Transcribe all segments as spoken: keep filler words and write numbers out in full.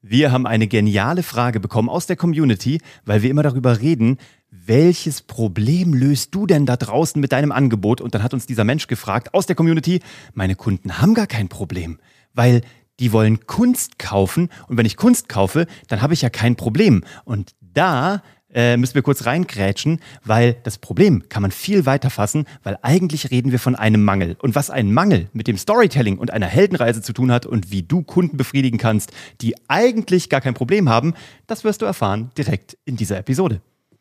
Wir haben eine geniale Frage bekommen aus der Community, weil wir immer darüber reden, welches Problem löst du denn da draußen mit deinem Angebot? Und dann hat uns dieser Mensch gefragt aus der Community, meine Kunden haben gar kein Problem, weil die wollen Kunst kaufen und wenn ich Kunst kaufe, dann habe ich ja kein Problem. Und da äh, müssen wir kurz reingrätschen, weil das Problem kann man viel weiter fassen, weil eigentlich reden wir von einem Mangel. Und was ein Mangel mit dem Storytelling und einer Heldenreise zu tun hat und wie du Kunden befriedigen kannst, die eigentlich gar kein Problem haben, das wirst du erfahren direkt in dieser Episode.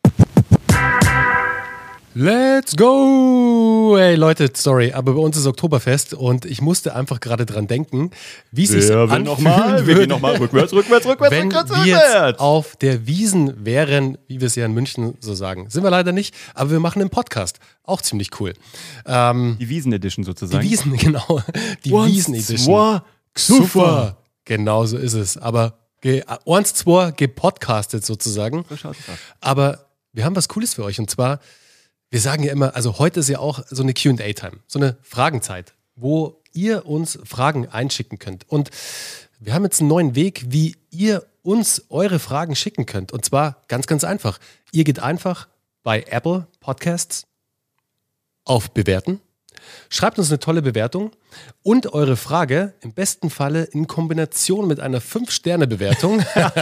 Let's go! Hey Leute, sorry, aber bei uns ist Oktoberfest und ich musste einfach gerade dran denken, wie es sich ja, anfühlen nochmal, wir gehen nochmal rückwärts, rückwärts, rückwärts, wenn rückwärts, wir rückwärts. jetzt auf der Wiesn wären, wie wir es ja in München so sagen. Sind wir leider nicht, aber wir machen einen Podcast. Auch ziemlich cool. Ähm, Die Wiesen-Edition sozusagen. die Wiesn, genau. Die Once, Wiesn-Edition. zwei, Super! Genau so ist es. Aber ge- once, zwei gepodcastet sozusagen. So schaut es aus. Aber wir haben was Cooles für euch und zwar, wir sagen ja immer, also heute ist ja auch so eine Q and A-Time, so eine Fragenzeit, wo ihr uns Fragen einschicken könnt. Und wir haben jetzt einen neuen Weg, wie ihr uns eure Fragen schicken könnt. Und zwar ganz, ganz einfach. Ihr geht einfach bei Apple Podcasts auf Bewerten, schreibt uns eine tolle Bewertung und eure Frage im besten Falle in Kombination mit einer fünf Sterne Bewertung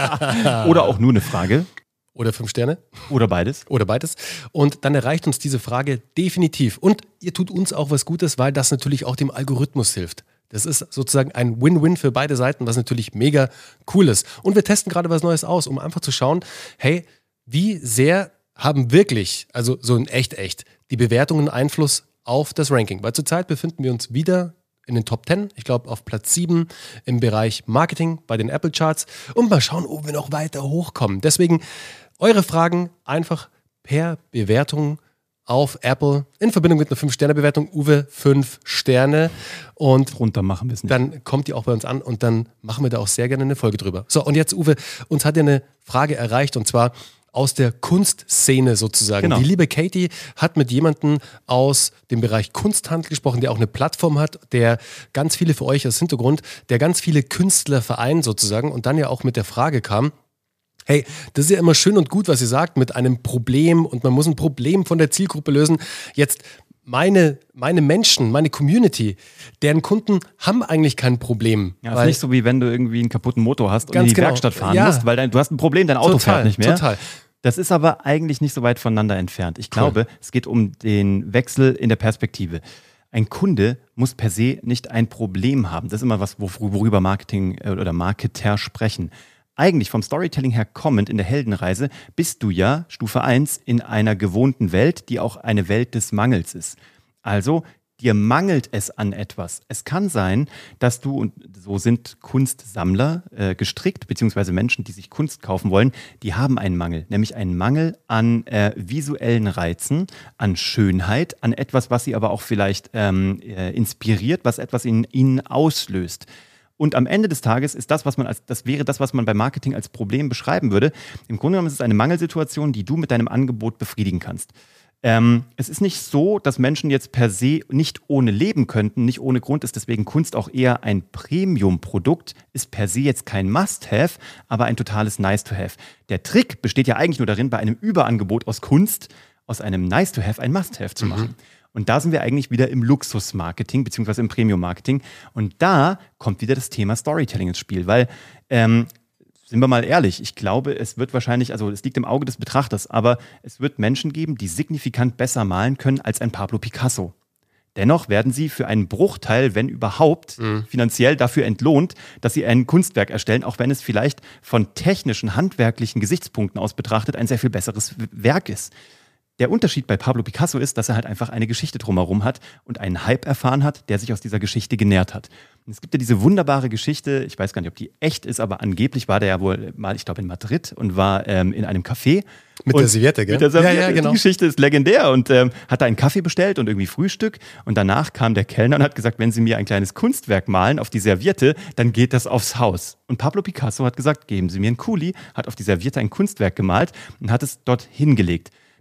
Oder auch nur eine Frage. oder fünf Sterne. Oder beides. Oder beides. Und dann erreicht uns diese Frage definitiv. Und ihr tut uns auch was Gutes, weil das natürlich auch dem Algorithmus hilft. Das ist sozusagen ein Win-Win für beide Seiten, was natürlich mega cool ist. Und wir testen gerade was Neues aus, um einfach zu schauen, hey, wie sehr haben wirklich, also so in echt, echt, die Bewertungen Einfluss auf das Ranking. Weil zurzeit befinden wir uns wieder in den Top zehn, ich glaube auf Platz sieben im Bereich Marketing bei den Apple Charts und mal schauen, ob wir noch weiter hochkommen. Deswegen eure Fragen einfach per Bewertung auf Apple in Verbindung mit einer fünf Sterne Bewertung. Uwe, fünf Sterne. Und Runter machen wir es nicht. dann kommt die auch bei uns an und dann machen wir da auch sehr gerne eine Folge drüber. So, und jetzt Uwe, uns hat ja eine Frage erreicht und zwar aus der Kunstszene sozusagen. Genau. Die liebe Katie hat mit jemandem aus dem Bereich Kunsthandel gesprochen, der auch eine Plattform hat, der ganz viele für euch als Hintergrund, der ganz viele Künstler vereint sozusagen und dann ja auch mit der Frage kam, hey, das ist ja immer schön und gut, was ihr sagt, mit einem Problem und man muss ein Problem von der Zielgruppe lösen. Jetzt meine, meine Menschen, meine Community, deren Kunden haben eigentlich kein Problem. Ja, ist nicht so, wie wenn du irgendwie einen kaputten Motor hast und in die genau. Werkstatt fahren Ja. musst, weil dein, du hast ein Problem, dein Auto Total, fährt nicht mehr. total. Das ist aber eigentlich nicht so weit voneinander entfernt. Ich glaube, es geht um den Wechsel in der Perspektive. Ein Kunde muss per se nicht ein Problem haben. Das ist immer was, worüber Marketing oder Marketer sprechen. Eigentlich vom Storytelling her kommend in der Heldenreise bist du ja, Stufe eins, in einer gewohnten Welt, die auch eine Welt des Mangels ist. Also dir mangelt es an etwas. Es kann sein, dass du, und so sind Kunstsammler äh, gestrickt, beziehungsweise Menschen, die sich Kunst kaufen wollen, die haben einen Mangel, nämlich einen Mangel an äh, visuellen Reizen, an Schönheit, an etwas, was sie aber auch vielleicht ähm, äh, inspiriert, was etwas in ihnen auslöst. Und am Ende des Tages ist das, was man als, das wäre das, was man beim Marketing als Problem beschreiben würde. Im Grunde genommen ist es eine Mangelsituation, die du mit deinem Angebot befriedigen kannst. Ähm, es ist nicht so, dass Menschen jetzt per se nicht ohne leben könnten, nicht ohne Grund ist deswegen Kunst auch eher ein Premium-Produkt, ist per se jetzt kein Must-Have, aber ein totales Nice-to-Have. Der Trick besteht ja eigentlich nur darin, bei einem Überangebot aus Kunst, aus einem Nice-to-Have ein Must-Have zu machen. Mhm. Und da sind wir eigentlich wieder im Luxus-Marketing beziehungsweise im Premium-Marketing. Und da kommt wieder das Thema Storytelling ins Spiel, weil ähm, sind wir mal ehrlich, ich glaube, es wird wahrscheinlich, also es liegt im Auge des Betrachters, aber es wird Menschen geben, die signifikant besser malen können als ein Pablo Picasso. Dennoch werden sie für einen Bruchteil, wenn überhaupt, mhm. finanziell dafür entlohnt, dass sie ein Kunstwerk erstellen, auch wenn es vielleicht von technischen, handwerklichen Gesichtspunkten aus betrachtet ein sehr viel besseres Werk ist. Der Unterschied bei Pablo Picasso ist, dass er halt einfach eine Geschichte drumherum hat und einen Hype erfahren hat, der sich aus dieser Geschichte genährt hat. Und es gibt ja diese wunderbare Geschichte, ich weiß gar nicht, ob die echt ist, aber angeblich war der ja wohl mal, ich glaube, in Madrid und war ähm, in einem Café. Mit und der Serviette, gell? Mit der Serviette. Ja, ja, genau. Die Geschichte ist legendär und ähm, hat da einen Kaffee bestellt und irgendwie Frühstück und danach kam der Kellner und hat gesagt, wenn Sie mir ein kleines Kunstwerk malen auf die Serviette, dann geht das aufs Haus. Und Pablo Picasso hat gesagt, geben Sie mir einen Kuli, hat auf die Serviette ein Kunstwerk gemalt und hat es dort hingelegt.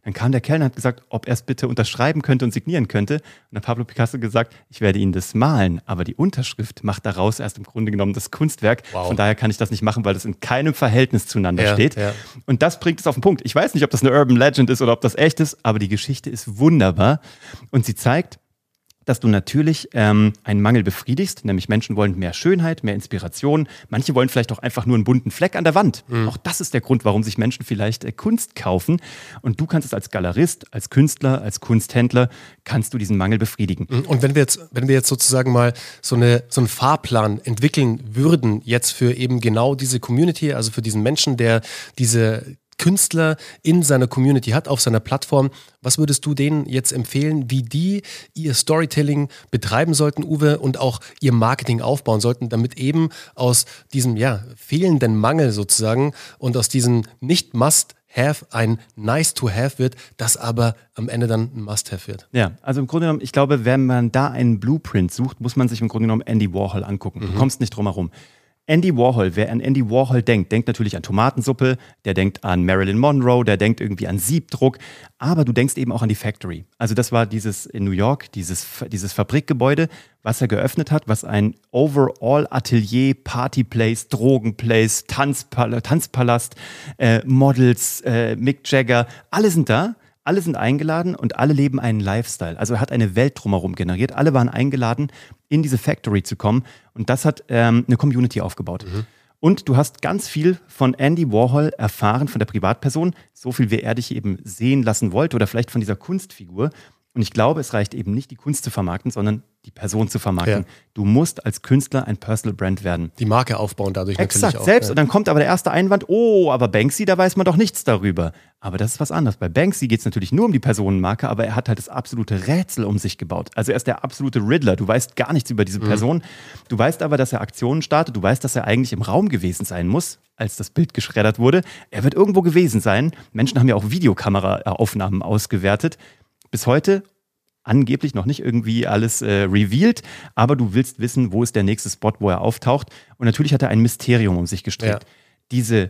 Dann kam der Kellner und hat gesagt, ob er es bitte unterschreiben könnte und signieren könnte. Und dann hat Pablo Picasso gesagt, ich werde Ihnen das malen, aber die Unterschrift macht daraus erst im Grunde genommen das Kunstwerk. Wow. Von daher kann ich das nicht machen, weil das in keinem Verhältnis zueinander Ja, steht. ja. Und das bringt es auf den Punkt. Ich weiß nicht, ob das eine Urban Legend ist oder ob das echt ist, aber die Geschichte ist wunderbar. Und sie zeigt, dass du natürlich ähm, einen Mangel befriedigst, nämlich Menschen wollen mehr Schönheit, mehr Inspiration. Manche wollen vielleicht auch einfach nur einen bunten Fleck an der Wand. Mhm. Auch das ist der Grund, warum sich Menschen vielleicht äh, Kunst kaufen. Und du kannst es als Galerist, als Künstler, als Kunsthändler, kannst du diesen Mangel befriedigen. Und wenn wir jetzt, wenn wir jetzt sozusagen mal so, eine, so einen Fahrplan entwickeln würden, jetzt für eben genau diese Community, also für diesen Menschen, der diese Künstler in seiner Community hat, auf seiner Plattform. Was würdest du denen jetzt empfehlen, wie die ihr Storytelling betreiben sollten, Uwe, und auch ihr Marketing aufbauen sollten, damit eben aus diesem ja, fehlenden Mangel sozusagen und aus diesem Nicht-Must-Have ein Nice-to-Have wird, das aber am Ende dann ein Must-Have wird? Ja, also im Grunde genommen, ich glaube, wenn man da einen Blueprint sucht, muss man sich im Grunde genommen Andy Warhol angucken. Mhm. Du kommst nicht drum herum. Andy Warhol, wer an Andy Warhol denkt, denkt natürlich an Tomatensuppe, der denkt an Marilyn Monroe, der denkt irgendwie an Siebdruck, aber du denkst eben auch an die Factory. Also das war dieses in New York, dieses, dieses Fabrikgebäude, was er geöffnet hat, was ein Overall-Atelier, Partyplace, Drogenplace, Tanzpal- Tanzpalast, äh, Models, äh, Mick Jagger, alle sind da. Alle sind eingeladen und alle leben einen Lifestyle. Also er hat eine Welt drumherum generiert. Alle waren eingeladen, in diese Factory zu kommen. Und das hat ähm, eine Community aufgebaut. Mhm. Und du hast ganz viel von Andy Warhol erfahren, von der Privatperson. So viel, wie er dich eben sehen lassen wollte oder vielleicht von dieser Kunstfigur. Und ich glaube, es reicht eben nicht, die Kunst zu vermarkten, sondern die Person zu vermarkten. Ja. Du musst als Künstler ein Personal Brand werden. Die Marke aufbauen dadurch Exakt, natürlich auch. selbst. Ja. Und dann kommt aber der erste Einwand, oh, aber Banksy, da weiß man doch nichts darüber. Aber das ist was anderes. Bei Banksy geht es natürlich nur um die Personenmarke, aber er hat halt das absolute Rätsel um sich gebaut. Also er ist der absolute Riddler. Du weißt gar nichts über diese Person. Mhm. Du weißt aber, dass er Aktionen startet. Du weißt, dass er eigentlich im Raum gewesen sein muss, als das Bild geschreddert wurde. Er wird irgendwo gewesen sein. Menschen haben ja auch Videokameraaufnahmen ausgewertet. Bis heute angeblich noch nicht irgendwie alles äh, revealed, aber du willst wissen, wo ist der nächste Spot, wo er auftaucht. Und natürlich hat er ein Mysterium um sich gestrickt. Ja. Diese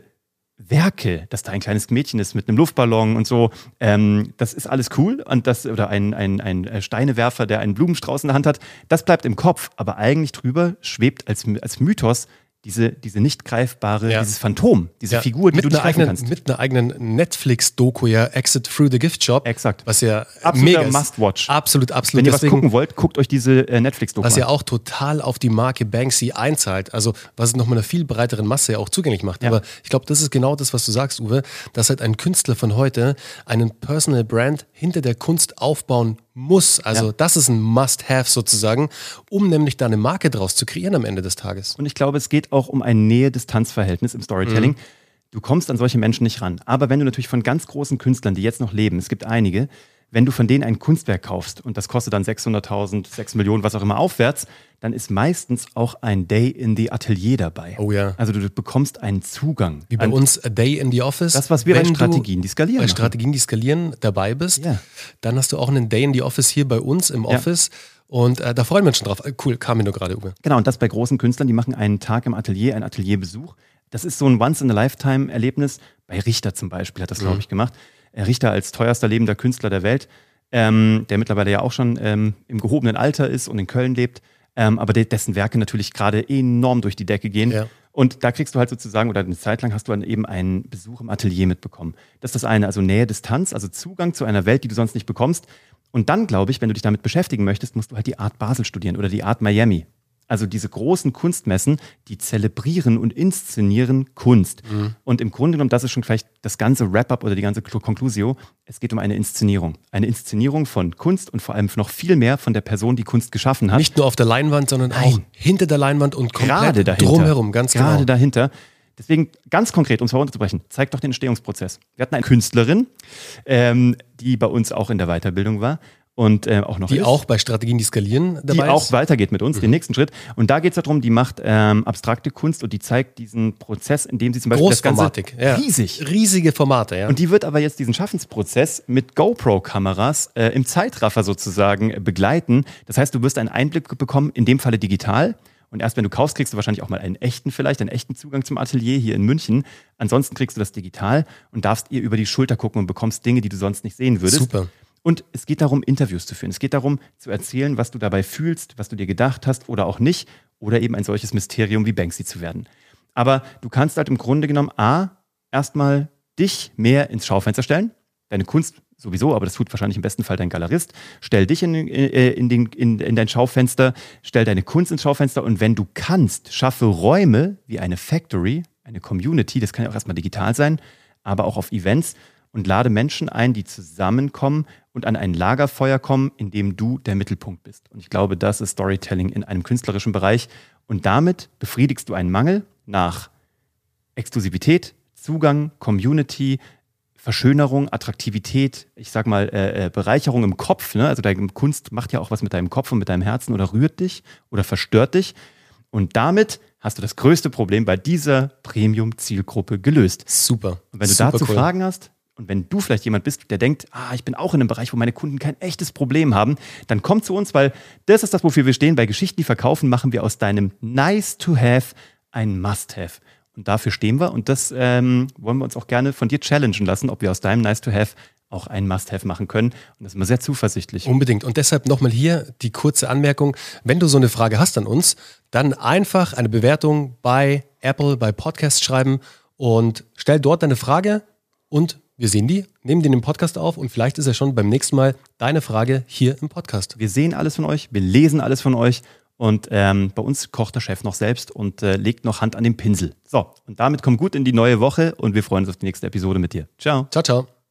Werke, dass da ein kleines Mädchen ist mit einem Luftballon und so, ähm, das ist alles cool. Und das, oder ein, ein, ein Steinewerfer, der einen Blumenstrauß in der Hand hat, das bleibt im Kopf. Aber eigentlich drüber schwebt als, als Mythos Diese, diese nicht greifbare, ja. dieses Phantom, diese ja. Figur, die mit du nicht greifen eigenen, kannst. Mit einer eigenen Netflix-Doku, ja, Exit Through the Gift Shop. Exakt. Was ja absoluter mega ist. Must-Watch. Absolut, absolut. Wenn ihr Deswegen, was gucken wollt, guckt euch diese äh, Netflix-Doku was an. ja auch total auf die Marke Banksy einzahlt. Also was es nochmal einer viel breiteren Masse ja auch zugänglich macht. Ja. Aber ich glaube, das ist genau das, was du sagst, Uwe, dass halt ein Künstler von heute einen Personal Brand hinter der Kunst aufbauen muss. Also ja. das ist ein Must-Have sozusagen, um nämlich da eine Marke draus zu kreieren am Ende des Tages. Und ich glaube, es geht auch um ein Nähe-Distanz-Verhältnis im Storytelling. Mhm. Du kommst an solche Menschen nicht ran. Aber wenn du natürlich von ganz großen Künstlern, die jetzt noch leben, es gibt einige, wenn du von denen ein Kunstwerk kaufst und das kostet dann sechshunderttausend, sechs Millionen, was auch immer aufwärts, dann ist meistens auch ein Day in the Atelier dabei. Oh ja. Also du bekommst einen Zugang. Wie bei ein, uns A Day in the Office. Das, was wir bei Strategien, die skalieren. Bei machen. Strategien, die skalieren, dabei bist. Ja. Dann hast du auch einen Day in the Office hier bei uns im Office. Ja. Und äh, da freuen wir uns schon drauf. Cool, kam mir nur gerade, Uwe. Genau, und das bei großen Künstlern, die machen einen Tag im Atelier, einen Atelierbesuch. Das ist so ein Once-in-a-Lifetime-Erlebnis. Bei Richter zum Beispiel hat das, mhm. glaube ich, gemacht. Richter als teuerster lebender Künstler der Welt, ähm, der mittlerweile ja auch schon ähm, im gehobenen Alter ist und in Köln lebt, ähm, aber de- dessen Werke natürlich gerade enorm durch die Decke gehen. Ja. Und da kriegst du halt sozusagen, oder eine Zeit lang hast du dann eben einen Besuch im Atelier mitbekommen. Das ist das eine, also Nähe, Distanz, also Zugang zu einer Welt, die du sonst nicht bekommst. Und dann, glaube ich, wenn du dich damit beschäftigen möchtest, musst du halt die Art Basel studieren oder die Art Miami. Also diese großen Kunstmessen, die zelebrieren und inszenieren Kunst. Mhm. Und im Grunde genommen, das ist schon vielleicht das ganze Wrap-up oder die ganze Conclusio, es geht um eine Inszenierung. Eine Inszenierung von Kunst und vor allem noch viel mehr von der Person, die Kunst geschaffen hat. Nicht nur auf der Leinwand, sondern Nein. auch hinter der Leinwand und komplett drumherum. Ganz genau. Gerade dahinter. Deswegen ganz konkret, um es herunterzubrechen, zeigt doch den Entstehungsprozess. Wir hatten eine Künstlerin, ähm, die bei uns auch in der Weiterbildung war. Und äh, auch noch die ist, auch bei Strategien, die skalieren dabei die ist. auch weitergeht mit uns, mhm. den nächsten Schritt. Und da geht es darum, die macht ähm, abstrakte Kunst und die zeigt diesen Prozess, in dem sie zum Beispiel das Ganze ja. riesig. Riesige Formate, ja. Und die wird aber jetzt diesen Schaffensprozess mit GoPro-Kameras äh, im Zeitraffer sozusagen äh, begleiten. Das heißt, du wirst einen Einblick bekommen, in dem Falle digital. Und erst wenn du kaufst, kriegst du wahrscheinlich auch mal einen echten vielleicht, einen echten Zugang zum Atelier hier in München. Ansonsten kriegst du das digital und darfst ihr über die Schulter gucken und bekommst Dinge, die du sonst nicht sehen würdest. Super. Und es geht darum, Interviews zu führen. Es geht darum, zu erzählen, was du dabei fühlst, was du dir gedacht hast oder auch nicht. Oder eben ein solches Mysterium wie Banksy zu werden. Aber du kannst halt im Grunde genommen A, erstmal dich mehr ins Schaufenster stellen. Deine Kunst sowieso, aber das tut wahrscheinlich im besten Fall dein Galerist. Stell dich in, in, den, in, in dein Schaufenster, stell deine Kunst ins Schaufenster und wenn du kannst, schaffe Räume wie eine Factory, eine Community, das kann ja auch erstmal digital sein, aber auch auf Events und lade Menschen ein, die zusammenkommen und an ein Lagerfeuer kommen, in dem du der Mittelpunkt bist. Und ich glaube, das ist Storytelling in einem künstlerischen Bereich und damit befriedigst du einen Mangel nach Exklusivität, Zugang, Community, Verschönerung, Attraktivität, ich sag mal äh, Bereicherung im Kopf. Ne? Also deine Kunst macht ja auch was mit deinem Kopf und mit deinem Herzen oder rührt dich oder verstört dich. Und damit hast du das größte Problem bei dieser Premium-Zielgruppe gelöst. Super. Und wenn du Super dazu cool. Fragen hast und wenn du vielleicht jemand bist, der denkt, ah, ich bin auch in einem Bereich, wo meine Kunden kein echtes Problem haben, dann komm zu uns, weil das ist das, wofür wir stehen. Bei Geschichten, die verkaufen, machen wir aus deinem Nice-to-Have ein Must-Have. Und dafür stehen wir und das ähm, wollen wir uns auch gerne von dir challengen lassen, ob wir aus deinem Nice-to-Have auch ein Must-Have machen können. Und das sind wir sehr zuversichtlich. Unbedingt. Und deshalb nochmal hier die kurze Anmerkung. Wenn du so eine Frage hast an uns, dann einfach eine Bewertung bei Apple, bei Podcast schreiben und stell dort deine Frage und wir sehen die, nehmen die in den Podcast auf und vielleicht ist ja schon beim nächsten Mal deine Frage hier im Podcast. Wir sehen alles von euch, wir lesen alles von euch. Und ähm, bei uns kocht der Chef noch selbst und äh, legt noch Hand an den Pinsel. So, und damit komm gut in die neue Woche und wir freuen uns auf die nächste Episode mit dir. Ciao. Ciao, ciao.